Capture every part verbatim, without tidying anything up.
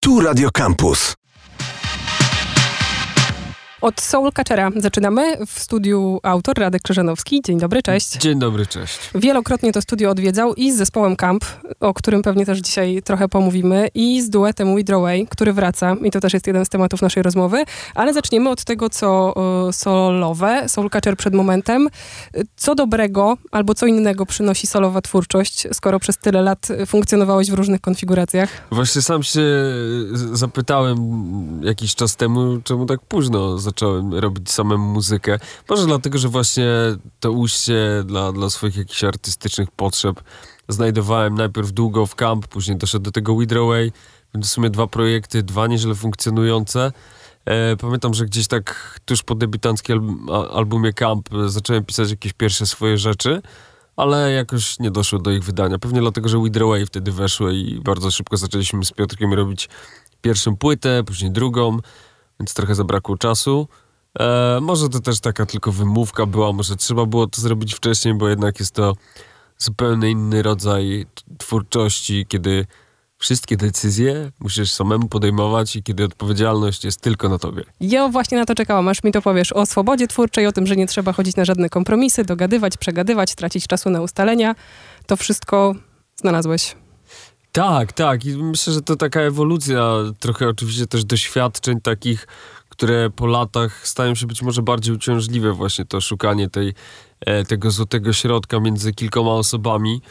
Tu Radio Campus. Od Soul Catchera zaczynamy. W studiu autor Radek Krzyżanowski. Dzień dobry, cześć. Dzień dobry, cześć. Wielokrotnie to studio odwiedzał i z zespołem Camp, o którym pewnie też dzisiaj trochę pomówimy, i z duetem Witherway, który wraca. I to też jest jeden z tematów naszej rozmowy. Ale zaczniemy od tego, co o, solowe. Soul Catcher przed momentem. Co dobrego albo co innego przynosi solowa twórczość, skoro przez tyle lat funkcjonowałeś w różnych konfiguracjach? Właśnie sam się zapytałem jakiś czas temu, czemu tak późno zacząłem robić samemu muzykę. Może dlatego, że właśnie to ujście dla, dla swoich jakichś artystycznych potrzeb znajdowałem najpierw długo w Camp, później doszedł do tego Witherway, więc w sumie dwa projekty, dwa nieźle funkcjonujące. E, pamiętam, że gdzieś tak tuż po debiutanckim al- albumie Camp zacząłem pisać jakieś pierwsze swoje rzeczy, ale jakoś nie doszło do ich wydania. Pewnie dlatego, że Witherway wtedy weszły i bardzo szybko zaczęliśmy z Piotrkiem robić pierwszą płytę, później drugą, więc trochę zabrakło czasu. E, może to też taka tylko wymówka była, może trzeba było to zrobić wcześniej, bo jednak jest to zupełnie inny rodzaj t- twórczości, kiedy wszystkie decyzje musisz samemu podejmować i kiedy odpowiedzialność jest tylko na tobie. Ja właśnie na to czekałam, aż mi to powiesz o swobodzie twórczej, o tym, że nie trzeba chodzić na żadne kompromisy, dogadywać, przegadywać, tracić czasu na ustalenia. To wszystko znalazłeś. Tak, tak. I myślę, że to taka ewolucja trochę oczywiście też doświadczeń takich, które po latach stają się być może bardziej uciążliwe. Właśnie to szukanie tej, e, tego złotego środka między kilkoma osobami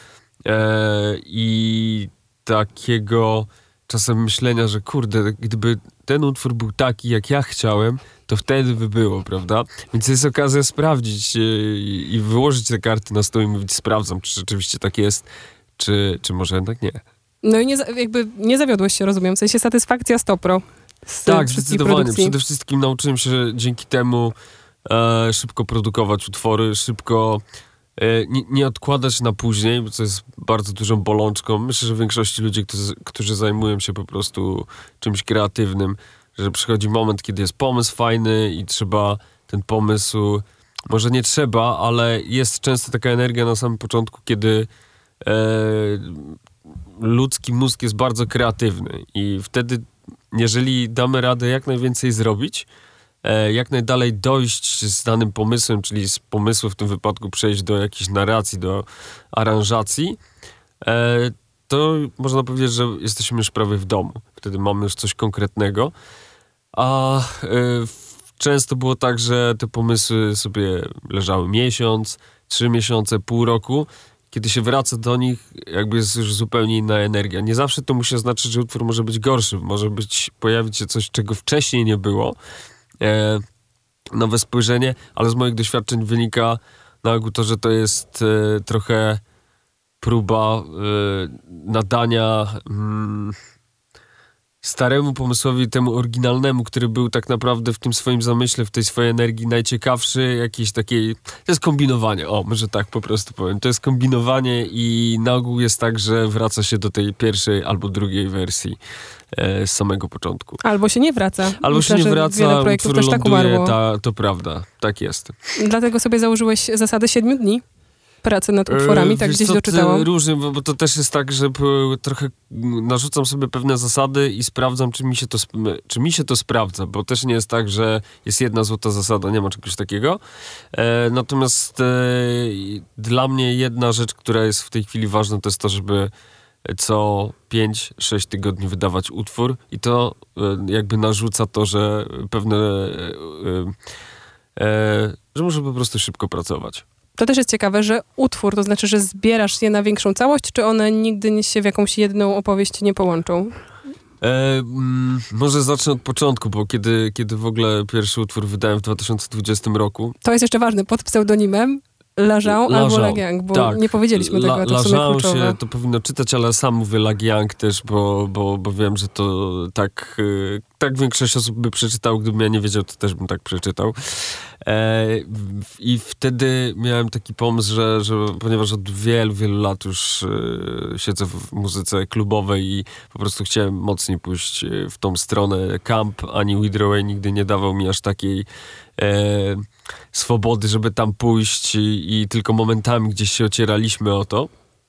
e, i takiego czasem myślenia, że kurde, gdyby ten utwór był taki, jak ja chciałem, to wtedy by było, prawda? Więc jest okazja sprawdzić e, i wyłożyć te karty na stół i mówić, sprawdzam, czy rzeczywiście tak jest, czy, czy może jednak nie. No i nie, za- jakby nie zawiodłeś się, rozumiem. W sensie satysfakcja sto pro. Z Tak, wszystkich zdecydowanie. produkcji. Przede wszystkim nauczyłem się dzięki temu e, szybko produkować utwory, szybko e, nie, nie odkładać na później, bo to jest bardzo dużą bolączką. Myślę, że w większości ludzi, którzy, którzy zajmują się po prostu czymś kreatywnym, że przychodzi moment, kiedy jest pomysł fajny i trzeba ten pomysł, może nie trzeba, ale jest często taka energia na samym początku, kiedy e, ludzki mózg jest bardzo kreatywny i wtedy, jeżeli damy radę jak najwięcej zrobić, e, jak najdalej dojść z danym pomysłem, czyli z pomysłu w tym wypadku przejść do jakiejś narracji, do aranżacji, e, to można powiedzieć, że jesteśmy już prawie w domu. Wtedy mamy już coś konkretnego. A e, w, często było tak, że te pomysły sobie leżały miesiąc, trzy miesiące, pół roku. Kiedy się wraca do nich, jakby jest już zupełnie inna energia. Nie zawsze to musi oznaczać, że utwór może być gorszy. Może być, pojawić się coś, czego wcześniej nie było. E, nowe spojrzenie, ale z moich doświadczeń wynika na ogół to, że to jest e, trochę próba e, nadania mm, staremu pomysłowi, temu oryginalnemu, który był tak naprawdę w tym swoim zamyśle, w tej swojej energii najciekawszy, jakiejś takiej... To jest kombinowanie, o, może tak po prostu powiem. To jest kombinowanie i na ogół jest tak, że wraca się do tej pierwszej albo drugiej wersji e, z samego początku. Albo się nie wraca. Albo Myślę, się nie że wraca, wiele projektów utwór też tak ląduje, umarło. ta, to prawda, tak jest. Dlatego sobie założyłeś zasadę siedmiu dni pracy nad utworami, E, tak wiesz gdzieś co, doczytałam. Różnie, bo, bo to też jest tak, że p- trochę narzucam sobie pewne zasady i sprawdzam, czy mi się to, sp- czy mi się to sprawdza, bo też nie jest tak, że jest jedna złota zasada, nie ma czegoś takiego. E, natomiast e, dla mnie jedna rzecz, która jest w tej chwili ważna, to jest to, żeby co pięć sześć tygodni wydawać utwór i to e, jakby narzuca to, że pewne e, e, e, że muszę po prostu szybko pracować. To też jest ciekawe, że utwór, to znaczy, że zbierasz je na większą całość, czy one nigdy się w jakąś jedną opowieść nie połączą? E, mm, może zacznę od początku, bo kiedy, kiedy w ogóle pierwszy utwór wydałem w dwa tysiące dwudziestym roku. To jest jeszcze ważne, pod pseudonimem Lażał albo Lagiang, bo tak. nie powiedzieliśmy tego, a to w sumie Lażał kluczowe. się to powinno czytać, ale sam mówię Lagiang też, bo, bo, bo wiem, że to tak, y, tak większość osób by przeczytał. Gdybym ja nie wiedział, to też bym tak przeczytał. E, w, I wtedy miałem taki pomysł, że, że ponieważ od wielu, wielu lat już y, siedzę w muzyce klubowej i po prostu chciałem mocniej pójść w tą stronę. Camp ani Witherway nigdy nie dawał mi aż takiej e, swobody, żeby tam pójść i, i tylko momentami gdzieś się ocieraliśmy o to.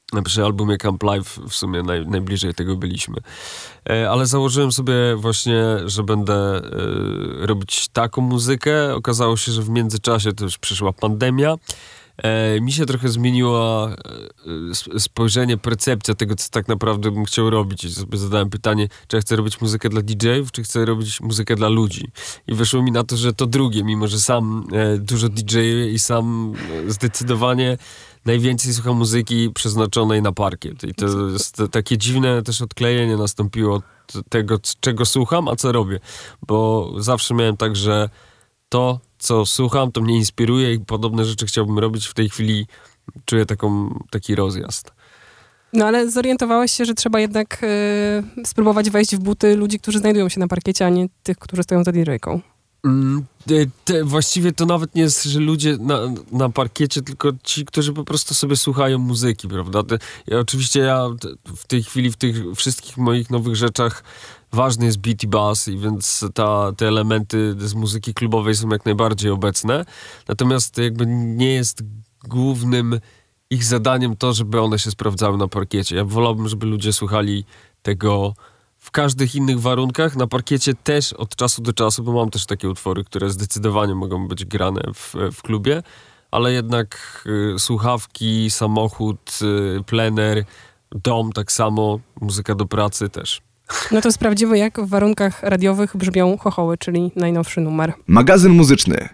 Przy albumie Camp Live w sumie naj, najbliżej tego byliśmy. E, ale założyłem sobie właśnie, że będę e, robić taką muzykę. Okazało się, że w międzyczasie to już przyszła pandemia. E, mi się trochę zmieniło e, spojrzenie, percepcja tego, co tak naprawdę bym chciał robić. I sobie zadałem pytanie, czy ja chcę robić muzykę dla D J ów, czy chcę robić muzykę dla ludzi. I wyszło mi na to, że to drugie, mimo że sam e, dużo D J i sam e, zdecydowanie najwięcej słucham muzyki przeznaczonej na parkiet. I to jest takie dziwne też odklejenie nastąpiło od tego, czego słucham, a co robię. Bo zawsze miałem tak, że to, co słucham, to mnie inspiruje i podobne rzeczy chciałbym robić. W tej chwili czuję taką, taki rozjazd. No ale zorientowałeś się, że trzeba jednak yy, spróbować wejść w buty ludzi, którzy znajdują się na parkiecie, a nie tych, którzy stoją za D J-ką. Mm, te, właściwie to nawet nie jest, że ludzie na, na parkiecie, tylko ci, którzy po prostu sobie słuchają muzyki, prawda? Te, ja, oczywiście ja w tej chwili w tych wszystkich moich nowych rzeczach ważny jest beat i bass, i więc ta, te elementy z muzyki klubowej są jak najbardziej obecne. Natomiast jakby nie jest głównym ich zadaniem to, żeby one się sprawdzały na parkiecie. Ja wolałbym, żeby ludzie słuchali tego w każdych innych warunkach, na parkiecie też od czasu do czasu, bo mam też takie utwory, które zdecydowanie mogą być grane w, w klubie, ale jednak y, słuchawki, samochód, y, plener, dom tak samo, muzyka do pracy też. No to sprawdzimy, jak w warunkach radiowych brzmią chochoły, czyli najnowszy numer. Magazyn muzyczny.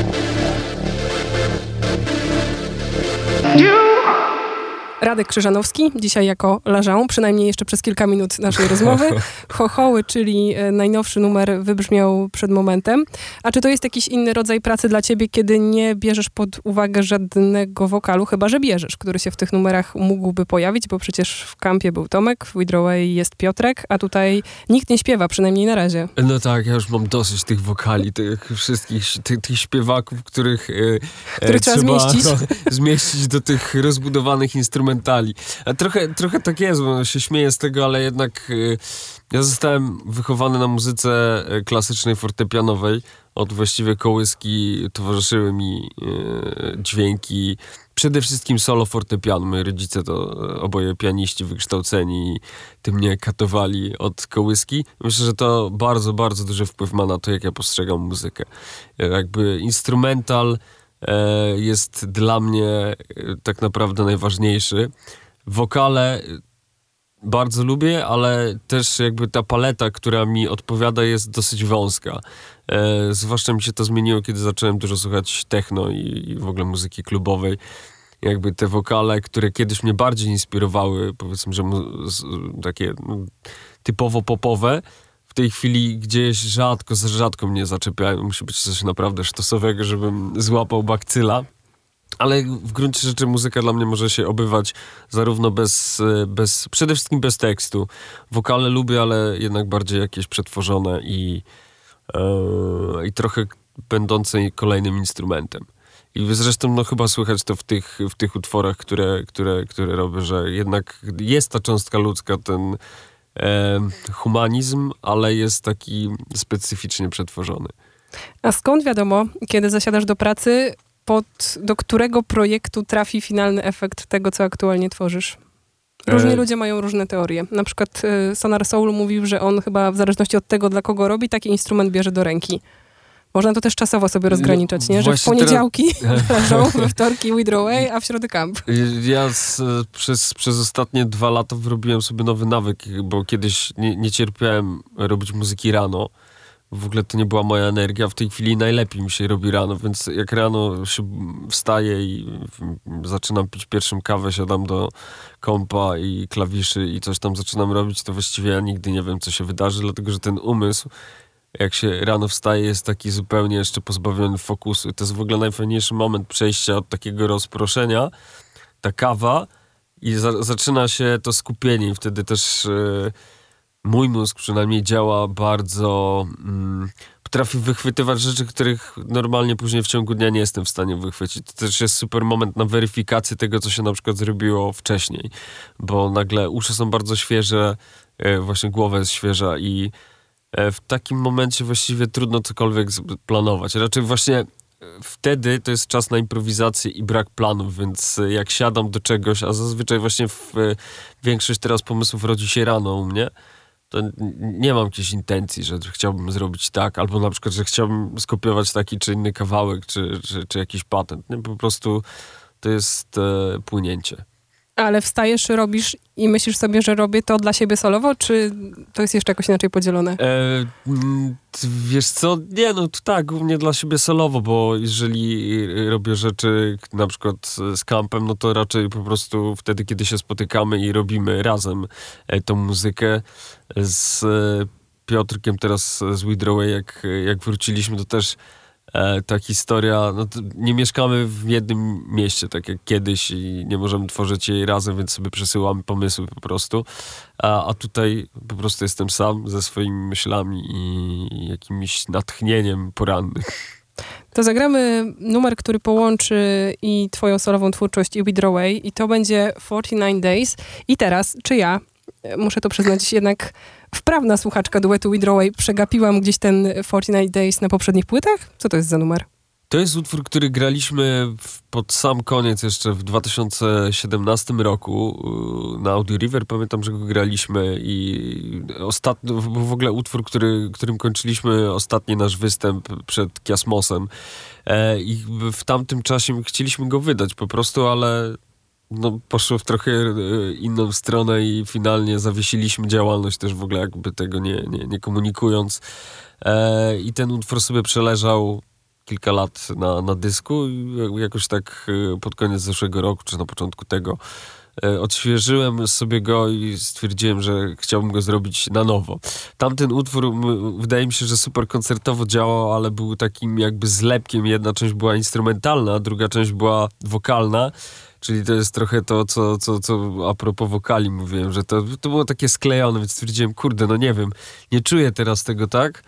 Radek Krzyżanowski, dzisiaj jako L'argent, przynajmniej jeszcze przez kilka minut naszej rozmowy. Chochoły, czyli najnowszy numer, wybrzmiał przed momentem. A czy to jest jakiś inny rodzaj pracy dla ciebie, kiedy nie bierzesz pod uwagę żadnego wokalu, chyba że bierzesz, który się w tych numerach mógłby pojawić, bo przecież w Campie był Tomek, w Widroway jest Piotrek, a tutaj nikt nie śpiewa, przynajmniej na razie. No tak, ja już mam dosyć tych wokali, tych wszystkich, tych, tych śpiewaków, których, e, których trzeba, trzeba zmieścić. No, zmieścić do tych rozbudowanych instrumentów. A trochę, trochę tak jest, bo się śmieję z tego, ale jednak y, ja zostałem wychowany na muzyce klasycznej, fortepianowej. Od właściwie kołyski towarzyszyły mi y, dźwięki, przede wszystkim solo fortepianu. Moi rodzice to oboje pianiści wykształceni i ty mnie katowali od kołyski. Myślę, że to bardzo, bardzo duży wpływ ma na to, jak ja postrzegam muzykę. Jakby instrumental jest dla mnie tak naprawdę najważniejszy. Wokale bardzo lubię, ale też jakby ta paleta, która mi odpowiada, jest dosyć wąska. E, zwłaszcza mi się to zmieniło, kiedy zacząłem dużo słuchać techno i, i w ogóle muzyki klubowej. Jakby te wokale, które kiedyś mnie bardziej inspirowały, powiedzmy, że mu, z, takie no, typowo popowe, w tej chwili gdzieś rzadko, rzadko mnie zaczepiają. Musi być coś naprawdę sztosowego, żebym złapał bakcyla. Ale w gruncie rzeczy muzyka dla mnie może się obywać zarówno bez, bez przede wszystkim bez tekstu. Wokale lubię, ale jednak bardziej jakieś przetworzone i, yy, i trochę będące kolejnym instrumentem. I zresztą no, chyba słychać to w tych, w tych utworach, które, które, które robię, że jednak jest ta cząstka ludzka, ten E, humanizm, ale jest taki specyficznie przetworzony. A skąd wiadomo, kiedy zasiadasz do pracy, pod, do którego projektu trafi finalny efekt tego, co aktualnie tworzysz? Różni e... ludzie mają różne teorie. Na przykład y, Sonar Soul mówił, że on chyba w zależności od tego, dla kogo robi, taki instrument bierze do ręki. Można to też czasowo sobie rozgraniczać, nie? Że w poniedziałki teraz... leżą, we wtorki Widroway, a w środę Camp. Ja z, przez, przez ostatnie dwa lata wyrobiłem sobie nowy nawyk, bo kiedyś nie, nie cierpiałem robić muzyki rano. W ogóle to nie była moja energia. W tej chwili najlepiej mi się robi rano, więc jak rano się wstaję i zaczynam pić pierwszą kawę, siadam do kompa i klawiszy i coś tam zaczynam robić, to właściwie ja nigdy nie wiem, co się wydarzy, dlatego że ten umysł, jak się rano wstaje, jest taki zupełnie jeszcze pozbawiony fokusu. I to jest w ogóle najfajniejszy moment przejścia od takiego rozproszenia, ta kawa, i za- zaczyna się to skupienie i wtedy też yy, mój mózg przynajmniej działa bardzo... Yy, potrafi wychwytywać rzeczy, których normalnie później w ciągu dnia nie jestem w stanie wychwycić. To też jest super moment na weryfikację tego, co się na przykład zrobiło wcześniej, bo nagle uszy są bardzo świeże, yy, właśnie głowa jest świeża i w takim momencie właściwie trudno cokolwiek planować. Raczej właśnie wtedy to jest czas na improwizację i brak planów, więc jak siadam do czegoś, a zazwyczaj właśnie w, większość teraz pomysłów rodzi się rano u mnie, to nie mam jakiejś intencji, że chciałbym zrobić tak, albo na przykład, że chciałbym skopiować taki czy inny kawałek, czy, czy, czy jakiś patent. Nie? Po prostu to jest e, płynięcie. Ale wstajesz, robisz i myślisz sobie, że robię to dla siebie solowo, czy to jest jeszcze jakoś inaczej podzielone? E, wiesz co? Nie, no to tak, głównie dla siebie solowo, bo jeżeli robię rzeczy na przykład z Campem, no to raczej po prostu wtedy, kiedy się spotykamy i robimy razem e, tą muzykę. Z e, Piotrkiem teraz z Widroway, jak, jak wróciliśmy, to też E, ta historia, no nie mieszkamy w jednym mieście, tak jak kiedyś i nie możemy tworzyć jej razem, więc sobie przesyłamy pomysły po prostu. A, a tutaj po prostu jestem sam ze swoimi myślami i jakimś natchnieniem porannym. To zagramy numer, który połączy i twoją solową twórczość i Widroway i to będzie forty nine days. I teraz, czy ja, muszę to przyznać, jednak wprawna słuchaczka duetu Widroway, przegapiłam gdzieś ten forty nine days na poprzednich płytach? Co to jest za numer? To jest utwór, który graliśmy w, pod sam koniec jeszcze w dwa tysiące siedemnastym roku na Audio River. Pamiętam, że go graliśmy i ostatnio, był w ogóle utwór, który, którym kończyliśmy ostatni nasz występ przed Kiasmosem. E, I w tamtym czasie chcieliśmy go wydać po prostu, ale no, poszło w trochę inną stronę i finalnie zawiesiliśmy działalność też w ogóle jakby tego nie, nie, nie komunikując. E, I ten utwór sobie przeleżał kilka lat na, na dysku i jakoś tak pod koniec zeszłego roku, czy na początku tego e, odświeżyłem sobie go i stwierdziłem, że chciałbym go zrobić na nowo. Tamten utwór m, wydaje mi się, że super koncertowo działał, ale był takim jakby zlepkiem. Jedna część była instrumentalna, a druga część była wokalna. Czyli to jest trochę to, co, co, co a propos wokali mówiłem, że to, to było takie sklejone, więc stwierdziłem, kurde, no nie wiem, nie czuję teraz tego tak,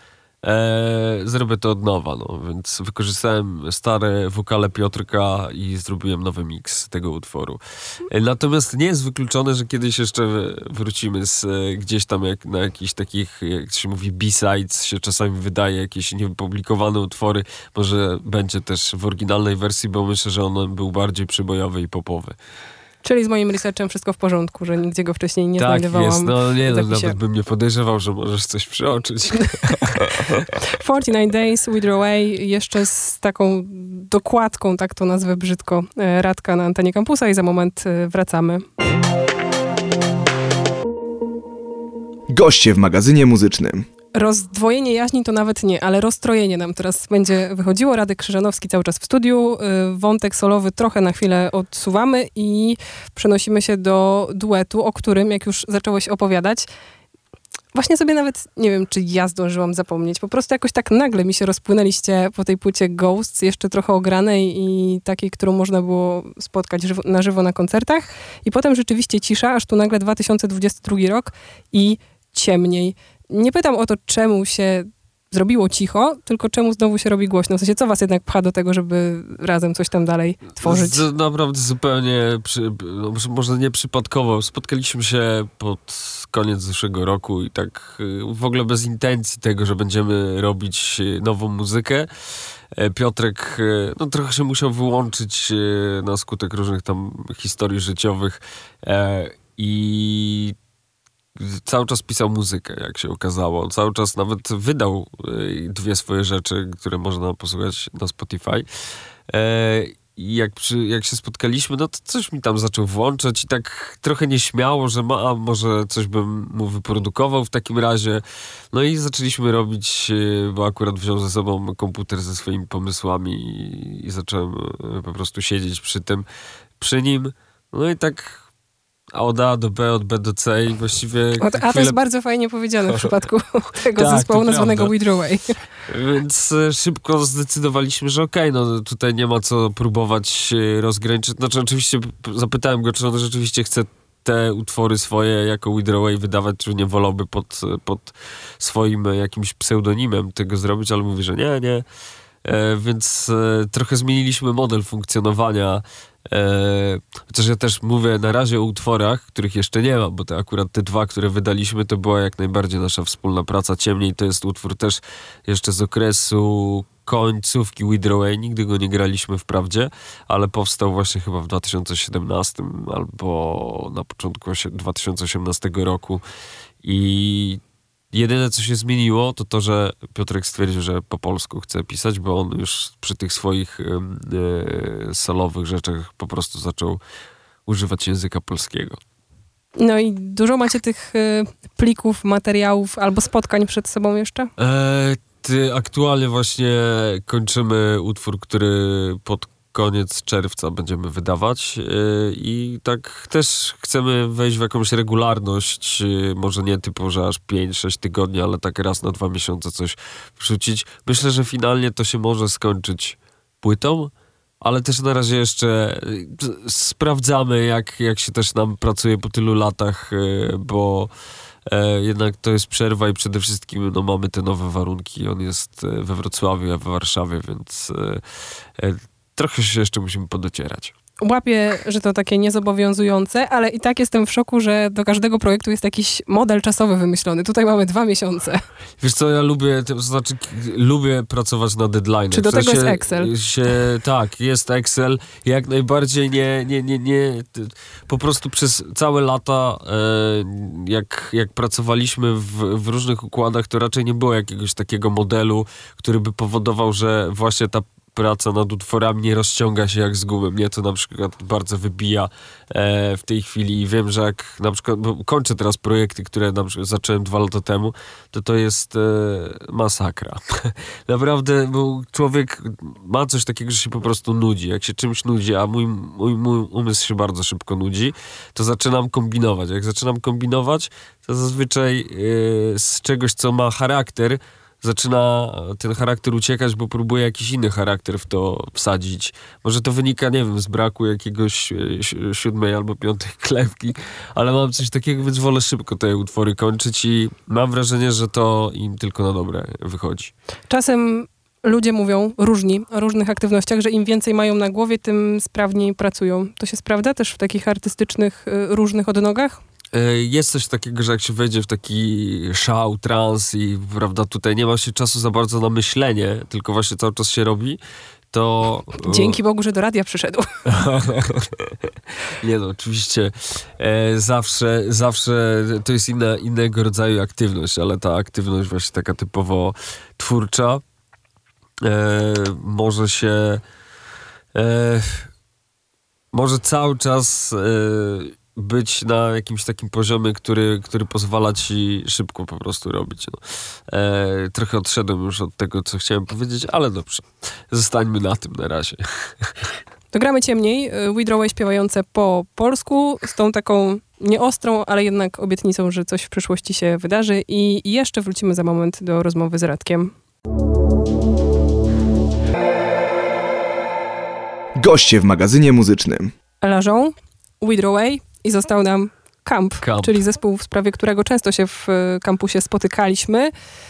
eee, zrobię to od nowa, no. Więc wykorzystałem stare wokale Piotrka i zrobiłem nowy miks tego utworu. E, natomiast nie jest wykluczone, że kiedyś jeszcze wrócimy z, e, gdzieś tam jak, na jakichś takich, jak się mówi, B-sides się czasami wydaje, jakieś niepublikowane utwory. Może będzie też w oryginalnej wersji, bo myślę, że on był bardziej przybojowy i popowy. Czyli z moim researchem wszystko w porządku, że nigdzie go wcześniej nie tak znajdowałam. Tak jest, no nie, no, nawet bym nie podejrzewał, że możesz coś przeoczyć. forty nine days, Widroway, jeszcze z taką dokładką, tak to nazwę brzydko, Radka na antenie kampusa i za moment wracamy. Goście w magazynie muzycznym. Rozdwojenie jaźni to nawet nie, ale rozstrojenie nam teraz będzie wychodziło. Radek Krzyżanowski cały czas w studiu. Wątek solowy trochę na chwilę odsuwamy i przenosimy się do duetu, o którym, jak już zacząłeś opowiadać, właśnie sobie nawet, nie wiem, czy ja zdążyłam zapomnieć. Po prostu jakoś tak nagle mi się rozpłynęliście po tej płycie Ghosts, jeszcze trochę ogranej i takiej, którą można było spotkać żywo, na żywo na koncertach. I potem rzeczywiście cisza, aż tu nagle dwa tysiące dwudziesty drugi rok i ciemniej. Nie pytam o to, czemu się zrobiło cicho, tylko czemu znowu się robi głośno. W sensie, co was jednak pcha do tego, żeby razem coś tam dalej tworzyć? Z, naprawdę zupełnie, przy, no, może nie przypadkowo. Spotkaliśmy się pod koniec zeszłego roku i tak w ogóle bez intencji tego, że będziemy robić nową muzykę. Piotrek no, trochę się musiał wyłączyć na skutek różnych tam historii życiowych i cały czas pisał muzykę, jak się okazało. Cały czas nawet wydał dwie swoje rzeczy, które można posłuchać na Spotify. I jak, przy, jak się spotkaliśmy, no to coś mi tam zaczął włączać i tak trochę nieśmiało, że ma, a może coś bym mu wyprodukował w takim razie. No i zaczęliśmy robić, bo akurat wziął ze sobą komputer ze swoimi pomysłami i, i zacząłem po prostu siedzieć przy tym, przy nim. No i tak A od A do B, od B do C i właściwie... Od, a chwilę... to jest bardzo fajnie powiedziane w przypadku tego tak, zespołu nazwanego Widroway. Więc szybko zdecydowaliśmy, że okej, okay, no tutaj nie ma co próbować rozgraniczyć. Znaczy oczywiście zapytałem go, czy on rzeczywiście chce te utwory swoje jako Widroway wydawać, czy nie wolałby pod, pod swoim jakimś pseudonimem tego zrobić, ale mówi, że nie, nie. E, więc e, trochę zmieniliśmy model funkcjonowania. E, chociaż ja też mówię na razie o utworach, których jeszcze nie ma, bo te akurat te dwa, które wydaliśmy, to była jak najbardziej nasza wspólna praca. Ciemniej to jest utwór też jeszcze z okresu końcówki Witheroway, nigdy go nie graliśmy wprawdzie, ale powstał właśnie chyba w dwa tysiące siedemnastym albo na początku dwa tysiące osiemnastego roku i jedyne, co się zmieniło, to to, że Piotrek stwierdził, że po polsku chce pisać, bo on już przy tych swoich yy, solowych rzeczach po prostu zaczął używać języka polskiego. No i dużo macie tych y, plików, materiałów albo spotkań przed sobą jeszcze? E, ty, aktualnie właśnie kończymy utwór, który pod koniec czerwca będziemy wydawać yy, i tak też chcemy wejść w jakąś regularność, yy, może nie typu, że aż pięć sześć tygodni, ale tak raz na dwa miesiące coś wrzucić. Myślę, że finalnie to się może skończyć płytą, ale też na razie jeszcze yy, sprawdzamy, jak, jak się też nam pracuje po tylu latach, yy, bo E, jednak to jest przerwa i przede wszystkim no, mamy te nowe warunki. On jest we Wrocławiu, ja w Warszawie, więc e, e, trochę się jeszcze musimy podocierać. Łapię, że to takie niezobowiązujące, ale i tak jestem w szoku, że do każdego projektu jest jakiś model czasowy wymyślony. Tutaj mamy dwa miesiące. Wiesz co, ja lubię, to znaczy lubię pracować na deadline. Czy do w sensie, tego jest Excel? Się, tak, jest Excel. Jak najbardziej nie, nie, nie, nie. Po prostu przez całe lata, e, jak, jak pracowaliśmy w, w różnych układach, to raczej nie było jakiegoś takiego modelu, który by powodował, że właśnie ta praca nad utworami nie rozciąga się jak z gumy. Mnie to na przykład bardzo wybija e, w tej chwili i wiem, że jak na przykład, bo kończę teraz projekty, które na przykład zacząłem dwa lata temu, to to jest e, masakra. Naprawdę, bo człowiek ma coś takiego, że się po prostu nudzi. Jak się czymś nudzi, a mój, mój, mój umysł się bardzo szybko nudzi, to zaczynam kombinować. Jak zaczynam kombinować, to zazwyczaj e, z czegoś, co ma charakter, zaczyna ten charakter uciekać, bo próbuje jakiś inny charakter w to wsadzić. Może to wynika, nie wiem, z braku jakiegoś siódmej albo piątej klewki, ale mam coś takiego, więc wolę szybko te utwory kończyć i mam wrażenie, że to im tylko na dobre wychodzi. Czasem ludzie mówią, różni, o różnych aktywnościach, że im więcej mają na głowie, tym sprawniej pracują. To się sprawdza też w takich artystycznych, różnych odnogach? Jest coś takiego, że jak się wejdzie w taki szał, trans i prawda, tutaj nie ma się czasu za bardzo na myślenie, tylko właśnie cały czas się robi, to... Dzięki Bogu, że do radia przyszedł. Nie no, oczywiście e, zawsze, zawsze to jest inna, innego rodzaju aktywność, ale ta aktywność właśnie taka typowo twórcza e, może się e, może cały czas e, być na jakimś takim poziomie, który, który pozwala ci szybko po prostu robić. No. E, trochę odszedłem już od tego, co chciałem powiedzieć, ale dobrze. Zostańmy na tym na razie. To gramy ciemniej. Witheroway śpiewające po polsku z tą taką nieostrą, ale jednak obietnicą, że coś w przyszłości się wydarzy i jeszcze wrócimy za moment do rozmowy z Radkiem. Goście w magazynie muzycznym. Lażą, Witheroway i został nam Camp, Camp, czyli zespół, w sprawie którego często się w kampusie spotykaliśmy.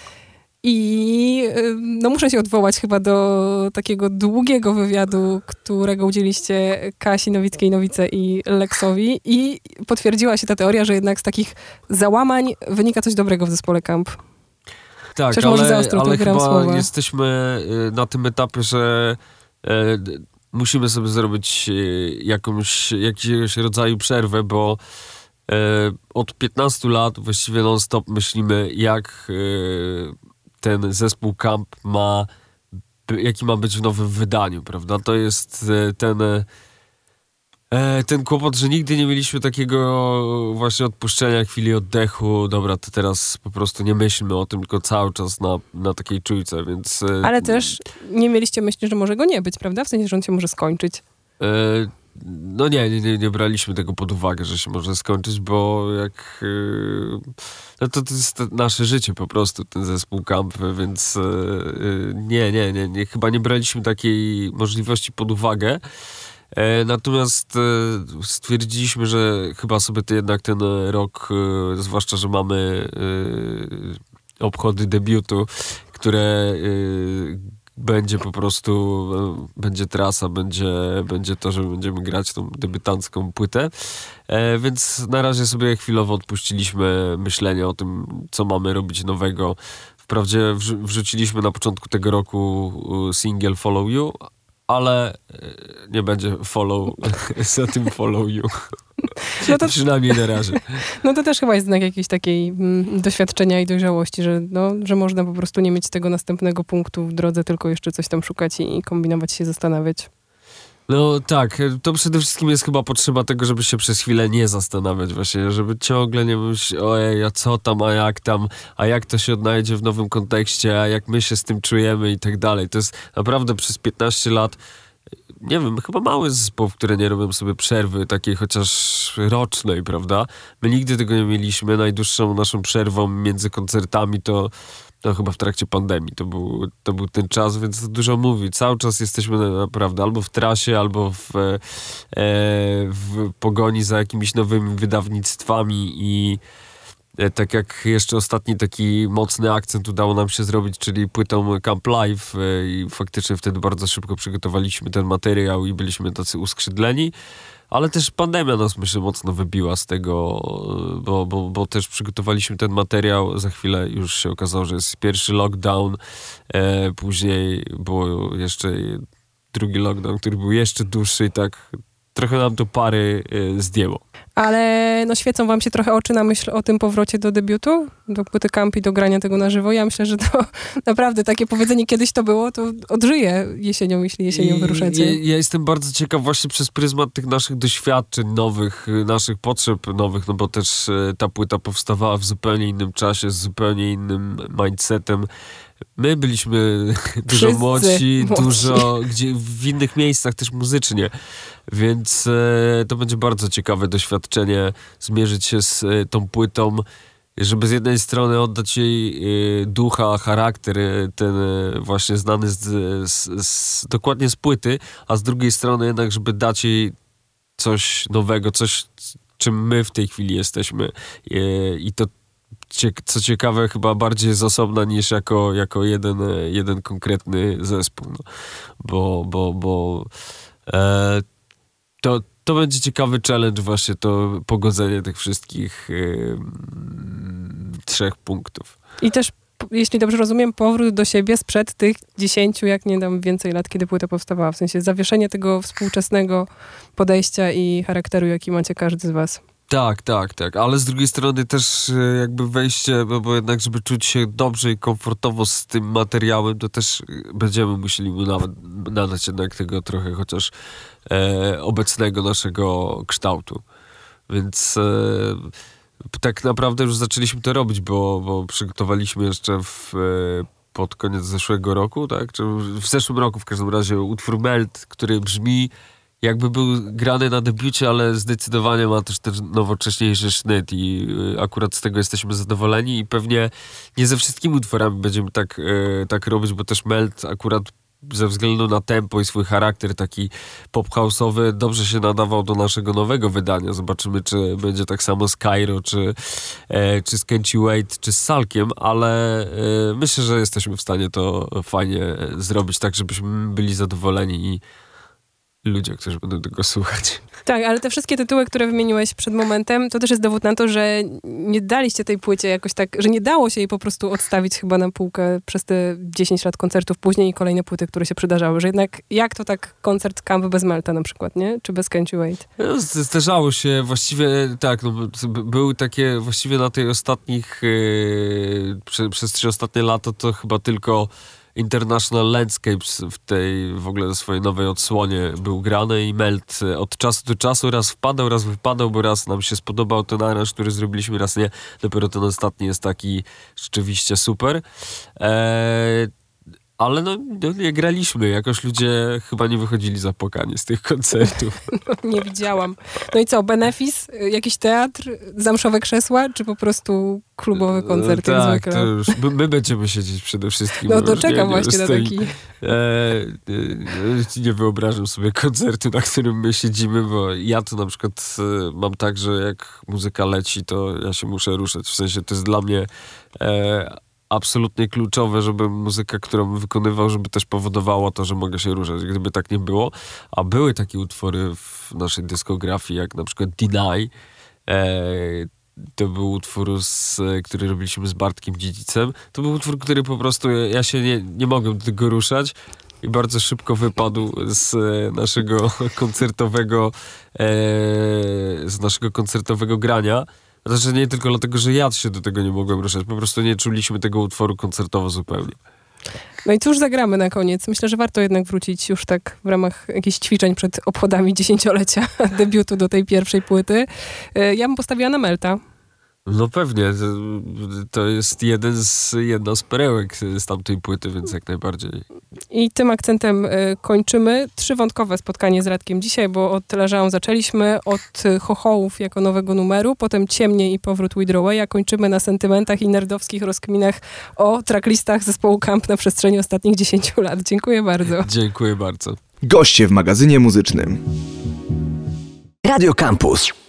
I no muszę się odwołać chyba do takiego długiego wywiadu, którego udzieliście Kasi Nowickiej-Nowice i Lexowi i potwierdziła się ta teoria, że jednak z takich załamań wynika coś dobrego w zespole Camp. Tak, Chociaż ale, może za ostro ale chyba słowa. jesteśmy na tym etapie, że e, musimy sobie zrobić jakąś, jakiegoś rodzaju przerwę, bo e, od piętnastu lat właściwie non-stop myślimy, jak e, ten zespół Camp ma, jaki ma być w nowym wydaniu, prawda? To jest e, ten, e, ten kłopot, że nigdy nie mieliśmy takiego właśnie odpuszczenia, chwili oddechu. Dobra, to teraz po prostu nie myślmy o tym, tylko cały czas na, na takiej czujce, więc... E, Ale też nie mieliście myśli, że może go nie być, prawda? W sensie, że on się może skończyć. E, no nie, nie, nie, nie braliśmy tego pod uwagę, że się może skończyć, bo jak... Yy, no to, to jest nasze życie po prostu, ten zespół Camp, więc yy, nie, nie, nie, nie, chyba nie braliśmy takiej możliwości pod uwagę. E, natomiast e, stwierdziliśmy, że chyba sobie to jednak ten rok, e, zwłaszcza, że mamy e, obchody debiutu, które... E, będzie po prostu, e, będzie trasa, będzie, będzie to, że będziemy grać tą debiutancką płytę. E, więc na razie sobie chwilowo odpuściliśmy myślenie o tym, co mamy robić nowego. Wprawdzie wrzu- wrzuciliśmy na początku tego roku singiel Follow You, ale nie będzie follow za tym follow you. No to, przynajmniej na razie. No to też chyba jest znak jakiejś takiej mm, doświadczenia i dojrzałości, że, no, że można po prostu nie mieć tego następnego punktu w drodze, tylko jeszcze coś tam szukać i, i kombinować się, zastanawiać. No tak, to przede wszystkim jest chyba potrzeba tego, żeby się przez chwilę nie zastanawiać właśnie, żeby ciągle nie myśleć, ojej, a co tam, a jak tam, a jak to się odnajdzie w nowym kontekście, a jak my się z tym czujemy i tak dalej. To jest naprawdę przez piętnaście lat, nie wiem, chyba mały zespoł, które nie robią sobie przerwy takiej chociaż rocznej, prawda? My nigdy tego nie mieliśmy. Najdłuższą naszą przerwą między koncertami to No chyba w trakcie pandemii to był, to był ten czas, więc to dużo mówi. Cały czas jesteśmy naprawdę albo w trasie, albo w, e, w pogoni za jakimiś nowymi wydawnictwami i e, tak jak jeszcze ostatni taki mocny akcent udało nam się zrobić, czyli płytą Camp Live e, i faktycznie wtedy bardzo szybko przygotowaliśmy ten materiał i byliśmy tacy uskrzydleni. Ale też pandemia nas, myślę, mocno wybiła z tego, bo, bo, bo też przygotowaliśmy ten materiał. Za chwilę już się okazało, że jest pierwszy lockdown. E, później było jeszcze drugi lockdown, który był jeszcze dłuższy i tak trochę nam to pary e, zdjęło. Ale no świecą wam się trochę oczy na myśl o tym powrocie do debiutu, do płyty Camp i do grania tego na żywo. Ja myślę, że to naprawdę takie powiedzenie kiedyś to było, to odżyje jesienią, jeśli jesienią I, wyruszacie. Ja, ja jestem bardzo ciekaw właśnie przez pryzmat tych naszych doświadczeń nowych, naszych potrzeb nowych, no bo też e, ta płyta powstawała w zupełnie innym czasie, z zupełnie innym mindsetem. My byliśmy dużo młodsi, młodsi, dużo gdzie, w innych miejscach też muzycznie, więc e, to będzie bardzo ciekawe doświadczenie, zmierzyć się z e, tą płytą, żeby z jednej strony oddać jej e, ducha, charakter, e, ten e, właśnie znany z, z, z, dokładnie z płyty, a z drugiej strony jednak, żeby dać jej coś nowego, coś, czym my w tej chwili jesteśmy e, i to co ciekawe, chyba bardziej jest osobna niż jako, jako jeden, jeden konkretny zespół. No. Bo, bo, bo e, to, to będzie ciekawy challenge właśnie, to pogodzenie tych wszystkich e, trzech punktów. I też, jeśli dobrze rozumiem, powrót do siebie sprzed tych dziesięciu, jak nie dam więcej lat, kiedy płyta powstawała. W sensie zawieszenie tego współczesnego podejścia i charakteru, jaki macie każdy z was. Tak, tak, tak, ale z drugiej strony też jakby wejście, bo, bo jednak żeby czuć się dobrze i komfortowo z tym materiałem, to też będziemy musieli mu nawet nadać jednak tego trochę chociaż e, obecnego naszego kształtu. Więc e, tak naprawdę już zaczęliśmy to robić, bo, bo przygotowaliśmy jeszcze w, e, pod koniec zeszłego roku, tak, czy w zeszłym roku w każdym razie utwór Melt, który brzmi jakby był grany na debiucie, ale zdecydowanie ma też ten nowocześniejszy sznyt i y, akurat z tego jesteśmy zadowoleni i pewnie nie ze wszystkimi utworami będziemy tak, y, tak robić, bo też Melt akurat ze względu na tempo i swój charakter taki pop-house'owy dobrze się nadawał do naszego nowego wydania. Zobaczymy, czy będzie tak samo z Cairo, czy, e, czy z Can't You Wait, czy z Salkiem, ale e, myślę, że jesteśmy w stanie to fajnie zrobić tak, żebyśmy byli zadowoleni i ludzie, którzy będą tego słuchać. Tak, ale te wszystkie tytuły, które wymieniłeś przed momentem, to też jest dowód na to, że nie daliście tej płycie jakoś tak, że nie dało się jej po prostu odstawić chyba na półkę przez te dziesięć lat koncertów później i kolejne płyty, które się przydarzały, że jednak jak to tak koncert Camp bez Melta na przykład, nie? Czy bez Can't You Wait? No, zdarzało się właściwie, tak, no, były takie właściwie na tej ostatnich, yy, prze, przez trzy ostatnie lata to chyba tylko International Landscapes w tej w ogóle swojej nowej odsłonie był grany i Melt od czasu do czasu raz wpadał, raz wypadał, bo raz nam się spodobał ten aranż, który zrobiliśmy, raz nie. Dopiero ten ostatni jest taki rzeczywiście super. Eee, ale no, no nie graliśmy. Jakoś ludzie chyba nie wychodzili zapłakani z tych koncertów. No, nie widziałam. No i co, benefis? Jakiś teatr? Zamszowe krzesła? Czy po prostu klubowy koncert? Tak, jak zwykle? to już my, my będziemy siedzieć przede wszystkim. No to czekam nie, nie, właśnie na tej, taki... E, e, nie wyobrażam sobie koncertu, na którym my siedzimy, bo ja to na przykład e, mam tak, że jak muzyka leci, to ja się muszę ruszać. W sensie to jest dla mnie... E, absolutnie kluczowe, żeby muzyka, którą wykonywał, żeby też powodowała to, że mogę się ruszać. Gdyby tak nie było, a były takie utwory w naszej dyskografii, jak na przykład Deny, e, to był utwór, z, który robiliśmy z Bartkiem Dziedzicem. To był utwór, który po prostu, ja się nie, nie mogłem do tego ruszać i bardzo szybko wypadł z naszego koncertowego e, z naszego koncertowego grania. Znaczy nie tylko dlatego, że ja się do tego nie mogłem ruszać. Po prostu nie czuliśmy tego utworu koncertowo zupełnie. No i cóż zagramy na koniec? Myślę, że warto jednak wrócić już tak w ramach jakichś ćwiczeń przed obchodami dziesięciolecia debiutu do tej pierwszej płyty. Ja bym postawiła na Melta. No pewnie, to, to jest jeden z, jedna z perełek z tamtej płyty, więc jak najbardziej. I tym akcentem y, kończymy trzywątkowe spotkanie z Radkiem dzisiaj, bo od Leżaą zaczęliśmy, od y, Chochołów jako nowego numeru, potem Ciemniej i powrót Withdrawaya, kończymy na sentymentach i nerdowskich rozkminach o tracklistach zespołu Camp na przestrzeni ostatnich dziesięciu lat. Dziękuję bardzo. Dziękuję bardzo. Goście w magazynie muzycznym. Radio Campus.